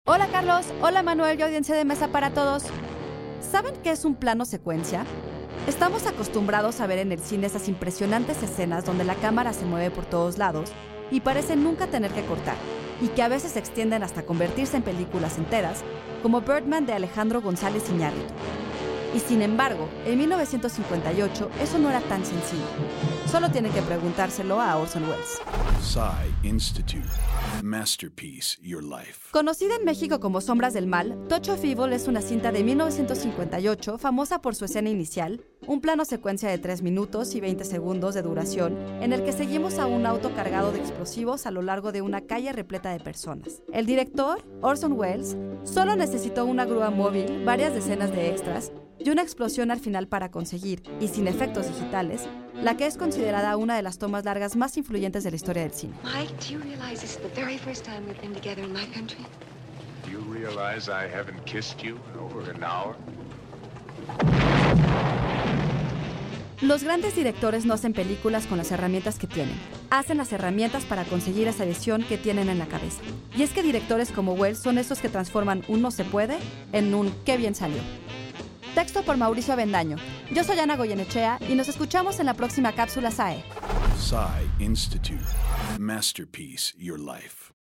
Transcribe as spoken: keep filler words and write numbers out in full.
Hola Carlos, hola Manuel y audiencia de Mesa para Todos. ¿Saben qué es un plano secuencia? Estamos acostumbrados a ver en el cine esas impresionantes escenas donde la cámara se mueve por todos lados y parece nunca tener que cortar, y que a veces se extienden hasta convertirse en películas enteras, como Birdman de Alejandro González Iñárritu. Y sin embargo, en mil novecientos cincuenta y ocho eso no era tan sencillo. Solo tienen que preguntárselo a Orson Welles. Psy Institute. Masterpiece, Your Life. Conocida en México como Sombras del Mal, Touch of Evil es una cinta de mil novecientos cincuenta y ocho famosa por su escena inicial, un plano secuencia de tres minutos y veinte segundos de duración, en el que seguimos a un auto cargado de explosivos a lo largo de una calle repleta de personas. El director, Orson Welles, solo necesitó una grúa móvil, varias decenas de extras y una explosión al final para conseguir, y sin efectos digitales, la que es considerada una de las tomas largas más influyentes de la historia del cine. Mike, do you realize this is the very first time we've been together in my country? Do you realize I haven't kissed you in over an hour? Los grandes directores no hacen películas con las herramientas que tienen. Hacen las herramientas para conseguir esa visión que tienen en la cabeza. Y es que directores como Welles son esos que transforman un no se puede en un qué bien salió. Texto por Mauricio Avendaño. Yo soy Ana Goyenechea y nos escuchamos en la próxima cápsula S A E. Psy Institute. Masterpiece, Your Life.